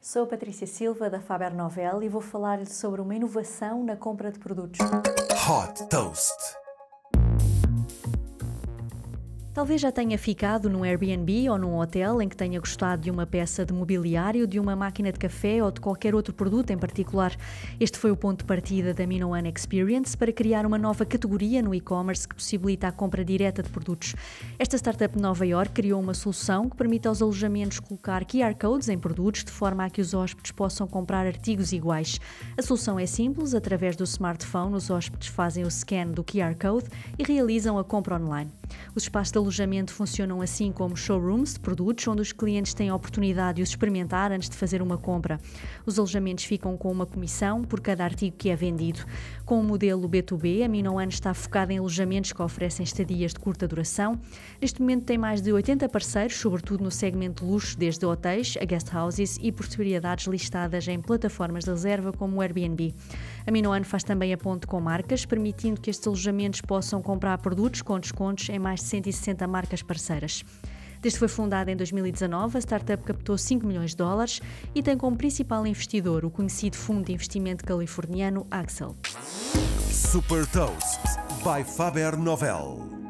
Sou a Patrícia Silva, da Faber Novel, e vou falar-lhe sobre uma inovação na compra de produtos. Hot Toast. Talvez já tenha ficado num Airbnb ou num hotel em que tenha gostado de uma peça de mobiliário, de uma máquina de café ou de qualquer outro produto em particular. Este foi o ponto de partida da Minoan Experience para criar uma nova categoria no e-commerce que possibilita a compra direta de produtos. Esta startup de Nova Iorque criou uma solução que permite aos alojamentos colocar QR Codes em produtos de forma a que os hóspedes possam comprar artigos iguais. A solução é simples, através do smartphone os hóspedes fazem o scan do QR Code e realizam a compra online. Os espaços de alojamento funcionam assim como showrooms de produtos, onde os clientes têm a oportunidade de os experimentar antes de fazer uma compra. Os alojamentos ficam com uma comissão por cada artigo que é vendido. Com o modelo B2B, a Minoan está focada em alojamentos que oferecem estadias de curta duração. Neste momento tem mais de 80 parceiros, sobretudo no segmento luxo, desde hotéis a guest houses e propriedades listadas em plataformas de reserva como o Airbnb. A Minoan faz também a ponte com marcas, permitindo que estes alojamentos possam comprar produtos com descontos em mais de 160 marcas parceiras. Desde que foi fundada em 2019, a startup captou 5 milhões de dólares e tem como principal investidor o conhecido fundo de investimento californiano Accel. Super Toast by Faber Novel.